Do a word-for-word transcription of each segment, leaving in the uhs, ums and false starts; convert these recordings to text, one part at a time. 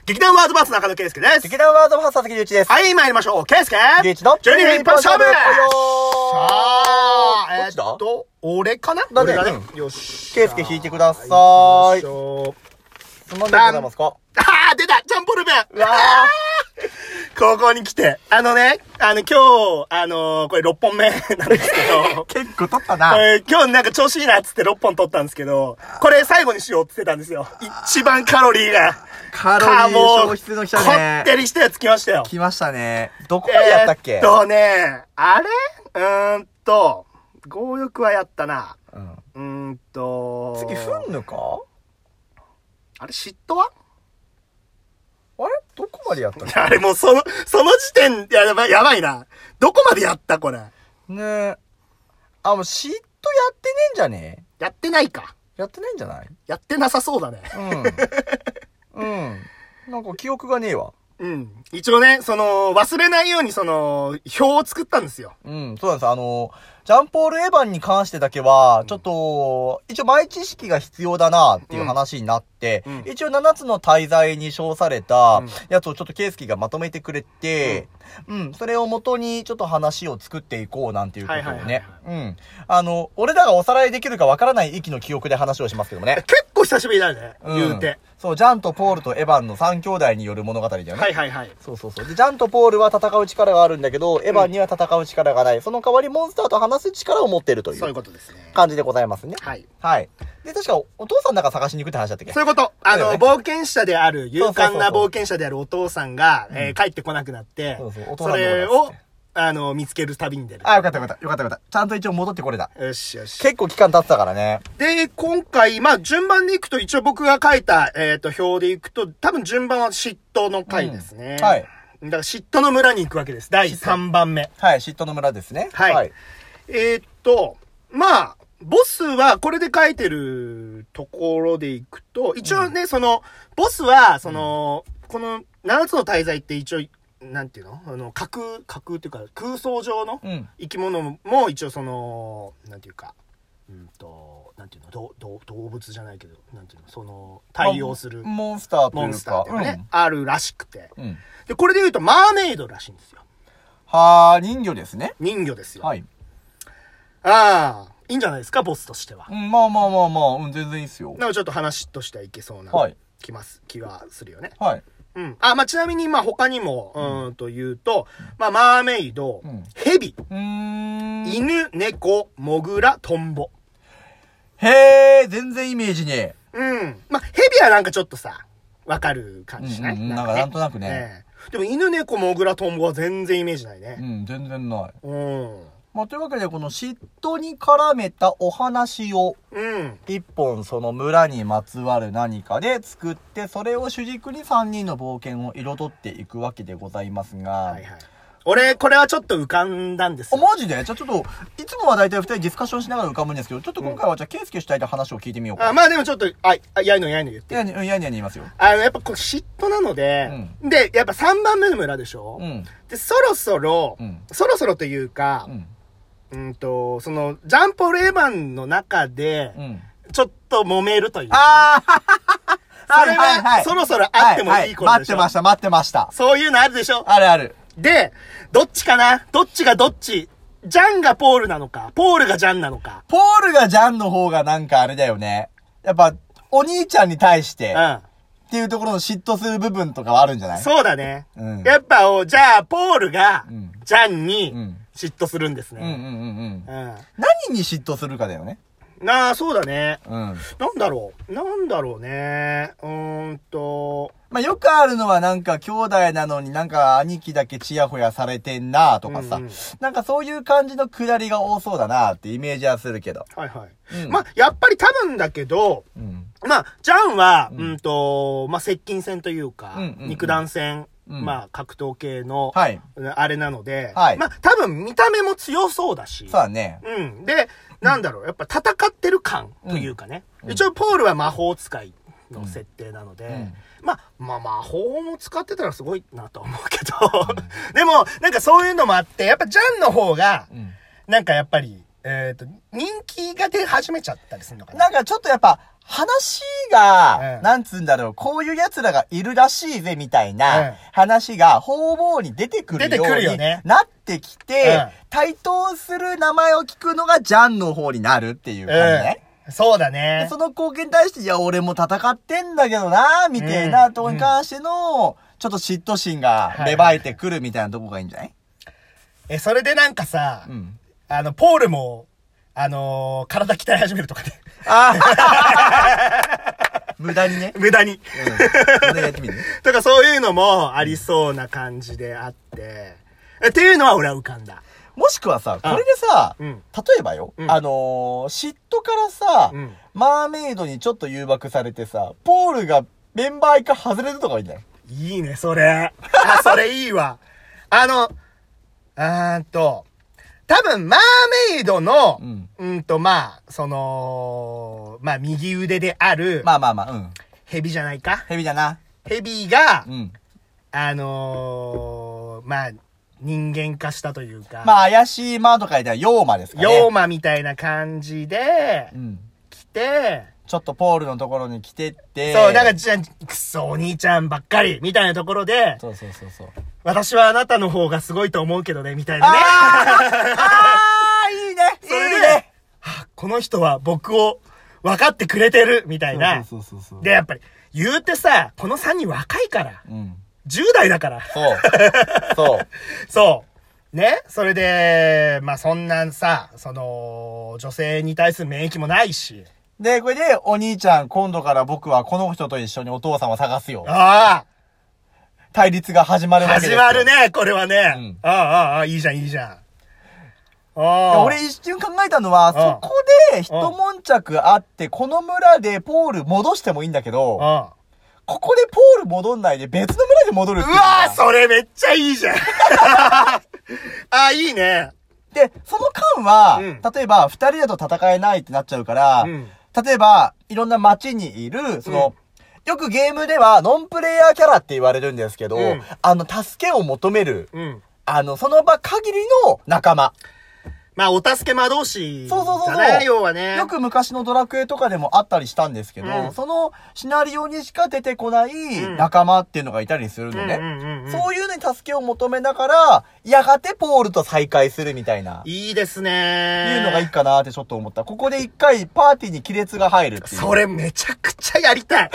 劇団ワードバース中野圭介です。 劇団ワードバース佐々木隆一です。 はい、参りましょう。圭介隆一のじゅうにふん一本勝負。さあ、 どっちだえーっと、俺かなだね俺だね。 うんよし。 圭介引いてください。 行きましょう。 つまんでございますか？ あー、出たジャンポルベンうわ高校に来て。あのね、あの、今日、あのー、これろっぽんめなんですけど。 結構取ったな。 えー、今日なんか調子いいなっつってろっぽん取ったんですけど、これ最後にしようって言ってたんですよ。一番カロリーが。 カロリー消失の来たね。 こってりしたやつ来ましたよ。 来ましたね。どこまでやったっけ？ えー、っとね、あれうーんと、強欲はやったな。 うん。 うーんと。 次、フンヌか？ あれ、嫉妬はあれどこまでやったっけ？ あれもうその、その時点、やばい、やばいな。どこまでやったこれ。 ねえ。あ、もう嫉妬やってねえんじゃねやってないか。 え？やってないんじゃない？ やってなさそうだね。 うん。うん。なんか記憶がねえわ。 うん。一応ね、その、忘れないようにその、表を作ったんですよ。 うん、そうなんです。あの、ジャンポール・エヴァンに関してだけは、ちょっと、一応前知識が必要だなっていう話になって、 うん、 一応ななつの大罪に称されたやつをちょっとケイスキがまとめてくれて、うん、うん、それを元にちょっと話を作っていこうなんていうことをね、うん。あの、俺らがおさらいできるかわからない域の記憶で話をしますけどもね。 結構久しぶりだね、 うん、 言うて。 そう、ジャンとポールとエヴァンの三兄弟による物語だよね。 はいはいはい。 そうそうそう。で、ジャンとポールは戦う力があるんだけど、エヴァンには戦う力がない。その代わりモンスターと話す力を持っているという。 そういうことですね。 感じでございますね。 はい。 はい。で、確かお父さんなんか探しに行くって話だったっけ？ そういうこと。あの、 ね、 冒険者である、勇敢な冒険者であるお父さんが、 うん、 えー、帰ってこなくなって、 そうそう、お父そさんれを、あの、見つける旅に出る。 あ、よかったよかった。よかったよかった。ちゃんと一応戻ってこれた。 よしよし。 結構期間経ってたからね。 で、今回、まあ、順番でいくと、一応僕が書いた、えっと、表でいくと、多分順番は嫉妬の回ですね。 うん、はい。 だから嫉妬の村に行くわけです。だいさんばんめ。 はい、嫉妬の村ですね。 はい。はい、えー、っと、まあ、ボスは、これで書いてるところでいくと、一応ね、うん、その、ボスは、その、うん、このななつの大罪って一応、なんていうのあの、架空、架空っていうか、空想上の生き物も一応その、なんていうか、うんと、なんていうの、どど動物じゃないけど、なんていうの、その、対応する。 モンスターというか。 モンスターっていうかね、うん、あるらしくて、うん。で、これで言うと、マーメイドらしいんですよ。 はー、人魚ですね。 人魚ですよ。 はい。 ああ、いいんじゃないですか、ボスとしては。 うん、まあまあまあまあ、うん、全然いいっすよ。 なんかちょっと話としてはいけそうな、 はい。 気ます、気がするよね。 はい。 うん。あ、まあ、ちなみに、まあ、他にも、うん、うんと言うと、まあ、マーメイド、うん、ヘビ、うーん、犬、猫、モグラ、トンボ。 へー、全然イメージね。 うん。まあ、ヘビはなんかちょっとさ、わかる感じしない、 うんうん、なんか、ね、なんとなくね。 ねでも、犬、猫、モグラ、トンボは全然イメージないね。 うん、全然ない。 うん。 まあ、というわけで、この嫉妬に絡めたお話を、 うん。 一本その村にまつわる何かで作って、それを主軸にさんにんの冒険を彩っていくわけでございますが。はいはい。 俺、これはちょっと浮かんだんですよ。 あ、マジで？じゃあちょっと、いつもは大体二人ディスカッションしながら浮かぶんですけど、ちょっと今回はじゃあ、ケイスケ主体で話を聞いてみようか。 あ、まあでもちょっと、あ、やいのやいの言って。 やに、やいのやいの言いますよ。 あの、やっぱこう嫉妬なので、うん、で、やっぱさんばんめの村でしょ？うん。で、そろそろ、うん、そろそろというか、うんうんと、その、ジャンポール・エヴァンの中で、うん、ちょっと揉めるという、ね。ああそれは、はいはい、そろそろあってもいいことでしょ、 はいはい、待ってました、待ってました。 そういうのあるでしょ？ あるある。 で、どっちかな？どっちがどっち？ジャンがポールなのか、ポールがジャンなのか。 ポールがジャンの方がなんかあれだよね。やっぱ、お兄ちゃんに対して、うん。っていうところの嫉妬する部分とかはあるんじゃない？そうだね。うん。やっぱ、じゃあ、ポールが、ジャンに、うん嫉妬するんですね。うんうんうんうん。うん、 何に嫉妬するかだよね。 なあ、そうだね。 うん。 なんだろう。なんだろうね。うーんと。 まあ、よくあるのはなんか兄弟なのになんか兄貴だけチヤホヤされてんなとかさ、うんうん。なんかそういう感じのくだりが多そうだなってイメージはするけど。 はいはい。うん、まあ、やっぱり多分だけど、うん、まあ、ジャンは、うん、うんと、まあ、接近戦というか、うんうんうん、肉弾戦。うん、まあ、格闘系の、はい。あれなので、はい。まあ、多分見た目も強そうだし。 そうだね。 うん。で、なんだろう、やっぱ戦ってる感というかね。うん、一応、ポールは魔法使いの設定なので、うん、まあ、まあ、魔法も使ってたらすごいなと思うけど、うん、でも、なんかそういうのもあって、やっぱジャンの方が、なんかやっぱり、えっと、人気が出始めちゃったりするのかな。 なんかちょっとやっぱ、 話が、 うんなんつうんだろう、こういう奴らがいるらしいぜみたいうんな話が方々に出てくる出てくようにるよねなってきて、 うん対等する名前を聞くのがジャンの方になるっていう感じね。 うん。そうだでね。 その貢献に対して、いや、俺も戦ってんだけどな、みたいなとこに関しての、ちょっと嫉妬心が芽生えてくるみたいなとこがいいんじゃない？ え、それでなんかさ、 うん。 あの、ポールも、あのー体鍛え始めるとかで。 あ無駄にね。 無駄に。 うん。無駄にやってみるね。 とかそういうのもありそうな感じであって、えっていうのは俺は浮かんだ。 もしくはさ、これでさ、 うん。 例えばよ、 うんあのー、嫉妬からさ、 うん。 マーメイドにちょっと誘惑されてさ、ポールがメンバーから外れるとかいいんじゃない？ いいね、それ。あ、それいいわ。あの、あーんと、多分、マーメイドの、 ううんんと、まあ、その、まあ、右腕である、 まあまあまあ、うん。 ヘビじゃないかヘビだな。 ヘビがう、ん。 あのー、まあ、人間化したというか、 まあ、怪しい魔とか言ったら、ヨーマですかね。 ヨーマみたいな感じでう、ん。 来て、 ちょっとポールのところに来てって。 そう、なんか、じゃあ、くっそお兄ちゃんばっかり、みたいなところで、 そうそうそうそう。 私はあなたの方がすごいと思うけどね、みたいなね。 あーあーいいねそれでいいねはあこの人は僕を分かってくれてる、みたいな。 そうそうそうそう。 で、やっぱり、言うてさ、このさんにん若いから。 うん。 じゅう代だから。 そう。そう。 そう。ね。それで、まあそんなさ、その、女性に対する免疫もないし。 で、これで、お兄ちゃん、今度から僕はこの人と一緒にお父さんを探すよ。 あ対立が始まるあわけですよ。 始まるね、これはね。 うんああ、ああ、いいじゃん、いいじゃん。あいやあ。 俺一瞬考えたのは、 んそこで一悶着あって、この村でポール戻してもいいんだけど、 ああここでポール戻んないで別の村で戻るっていううのがわーそれめっちゃいいじゃん。あ、いいね。 で、その間は、 うん例えば二人だと戦えないってなっちゃうから、 うん例えば、いろんな街にいる、その、よくゲームではノンプレイヤーキャラって言われるんですけど、 うんあの、助けを求める、 うん。 あの、その場限りの仲間。 まあ、お助け魔導士。 そうそうそうそうだね、要はね。 よく昔のドラクエとかでもあったりしたんですけど、 うんそのシナリオにしか出てこないん仲間っていうのがいたりするのね。 うんうんうんうんそういうのに助けを求めながら、やがてポールと再会するみたいな、 いいですね。 いうのがいいかなってちょっと思った。ここで一回パーティーに亀裂が入るっていう。 それめちゃくちゃやりたい。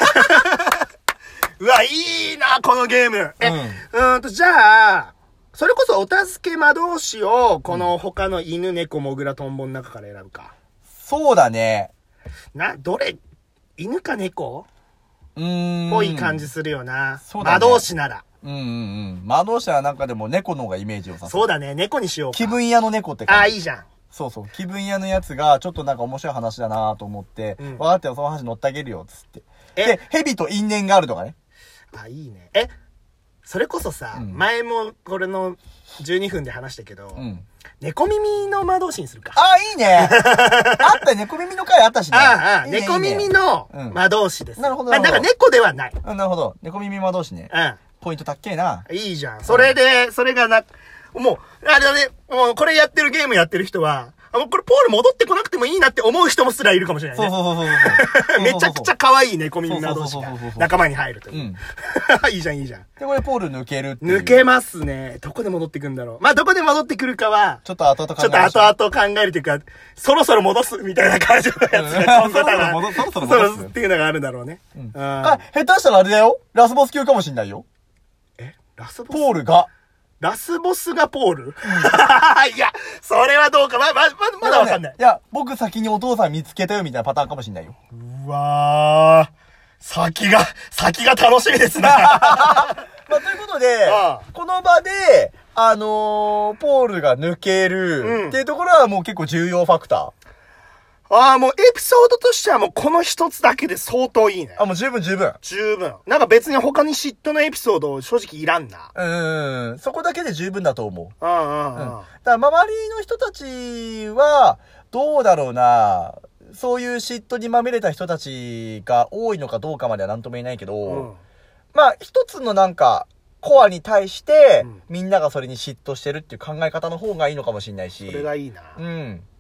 うわ、いいな、このゲーム。え、うーんと、じゃあ、それこそお助け魔導士を、この他の犬、猫、モグラ、トンボの中から選ぶか。 そうだね。 な、どれ、犬か猫うーん。 ぽい感じするよな。 そうだね魔導士なら。 うんうんうん。魔導士はなんかでも猫の方がイメージをさせる。 そうだね、猫にしようか。 気分屋の猫ってああ、 感じ。 いいじゃん。 そうそう。気分屋のやつが、ちょっとなんか面白い話だなと思って、 うん分かったよ、その話乗ってあげるよ、つって。 えで、蛇と因縁があるとかね。 あ、いいね。え、それこそさ、 うん前もこれのじゅうにふんで話したけど、 うん。 猫耳の魔導士にするか。 あ、いいね。あった、猫耳の回あったしね。 ああ、 いいね猫耳。のうん魔導士です。 なるほどまあ、 なるほどなんか猫ではない。 うん、なるほど。猫耳魔導士ね。 うポイント高えな。 ん。いいじゃん。それで、それがな、もう、あれだね、もうこれやってるゲームやってる人は、あ、もうこれポール戻ってこなくてもいいなって思う人もすらいるかもしれないね。 そうそうそうそうそう。 めちゃくちゃ可愛い猫耳魔導士がそうそうそうそうそう仲間に入るという。 うん。 いいじゃん、いいじゃん。 で、これポール抜けるっていう。 抜けますね。どこで戻ってくんだろう。まあ、どこで戻ってくるかは、 ちょっと後々考ちょっと後々考えるというか、そろそろ戻すみたいな感じのやつが今後多分そろそろ戻すそろそろ戻すっていうのがあるんだろうね。 うんうんあ、下手したらあれだよ。ラスボス級かもしんないよ。 え、ラスボスポールが。 ラスボスがポール、いや、それはどうか。ま、ま、ま、まだわかんないい。や、僕先にお父さん見つけたよみたいなパターンかもしんないよ。 うわー。先が、先が楽しみですな。 まあ、ということでああ、 この場で、あのー、ポールが抜けうんるっていうところはもう結構重要ファクター。 ああ、もうエピソードとしてはもうこの一つだけで相当いいね。 あ、もう十分十分。 十分。なんか別に他に嫉妬のエピソード正直いらんな。 うーん。そこだけで十分だと思う。 うんうんうん。 だから周りの人たちは、どうだろうな。そういう嫉妬にまみれた人たちが多いのかどうかまでは何とも言えないけど、 うんまあ一つのなんか、コアに対して、 うんみんながそれに嫉妬してるっていう考え方の方がいいのかもしれないし。 それがいいな。 うん。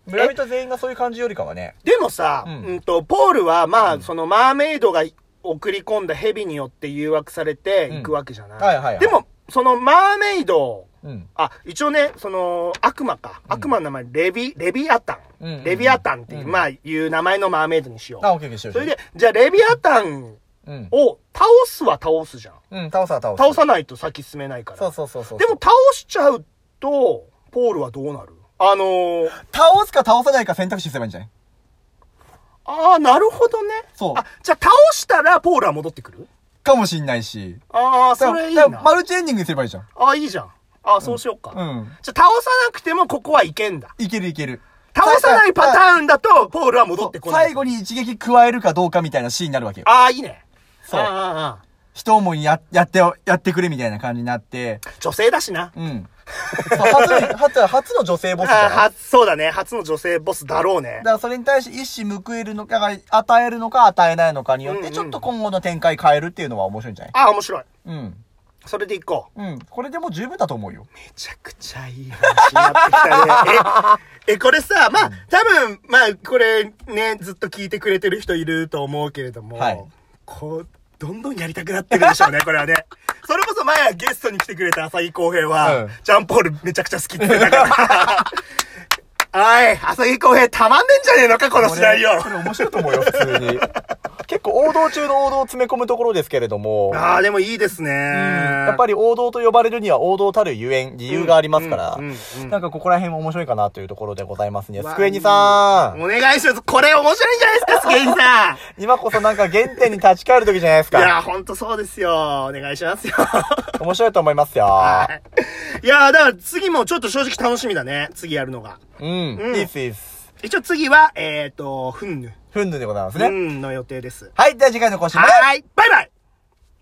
村人全員がそういう感じよりかはね。 でもさ、ううんんと、ポールは、まあ、 うんその、マーメイドが送り込んだ蛇によって誘惑されてうん行くわけじゃない。 はいはいはいでも、その、マーメイド、 うん。 あ、一応ね、その、悪魔か。 うん悪魔の名前、レビ、レビアタン。 うんうんうんレビアタンっていう、 うんまあ、いう名前のマーメイドにしよう。 あ、オッケーオッケーしよう。 それで、じゃあ、レビアタンうん。 を倒すは倒すじゃん。 うん、倒すは倒す。 倒さないと先進めないから。 そうそうそうそう。 でも、倒しちゃうと、ポールはどうなる？あのー、 倒すか倒さないか選択肢すればいいんじゃない？ ああ、なるほどね。 そうあ、じゃあ倒したらポールは戻ってくる？ かもしんないし。 ああ、それいいな。 だからマルチエンディングにすればいいじゃん。 ああ、いいじゃん。ああ、そうしようか。 うん。 じゃあ倒さなくてもここはいけんだ。 いけるいける。 倒さないパターンだと、ポールは戻ってこない。 最後に一撃加えるかどうかみたいなシーンになるわけよ。 ああ、いいね。 そうああああ一思いにや、やってよ、やってくれみたいな感じになって。 女性だしな。 うん。そう初の、初、初の女性ボスじゃあない？ はそうだね。初の女性ボスだろうねだ。からそれに対して一矢報えるのか、与えるのか与えないのかによって、 うんうんちょっと今後の展開変えるっていうのは面白いんじゃない？ ああ、面白い。 うん。 それでいこう。 うん。これでも十分だと思うよ。 めちゃくちゃいい話になってきたね。え、え、これさ、まあ、多分、まあ、これね、ずっと聞いてくれてる人いると思うけれども、 はいこう、どんどんやりたくなってるでしょうね、これはね。それこそ前ゲストに来てくれた浅木浩平は、 うんジャンポールめちゃくちゃ好きって言ってたから。おい、浅木浩平たまんねんじゃねえのか、このシナリオ。 これ面白いと思うよ、普通に。結構王道中の王道を詰め込むところですけれども、 ああ、でもいいですね。 やっぱり王道と呼ばれるには王道たるゆえん、理由がありますから、 うんうんうんなんかここら辺も面白いかなというところでございますね。 わあスクエニさん、 お願いします。これ面白いんじゃないですか、スケインさん。 今こそなんか原点に立ち返る時じゃないですいや、 か。 ほんとそうですよ。お願いしますよ。 面白いと思いますよ。 いや、だから次もちょっと正直楽しみだね。次やるのが。 うん。 うん This is 一応次は、えっと、フンヌ。 フンヌでございますフね。 ンヌの予定です。 はい。では次回の更新まで。 はい。バイバイ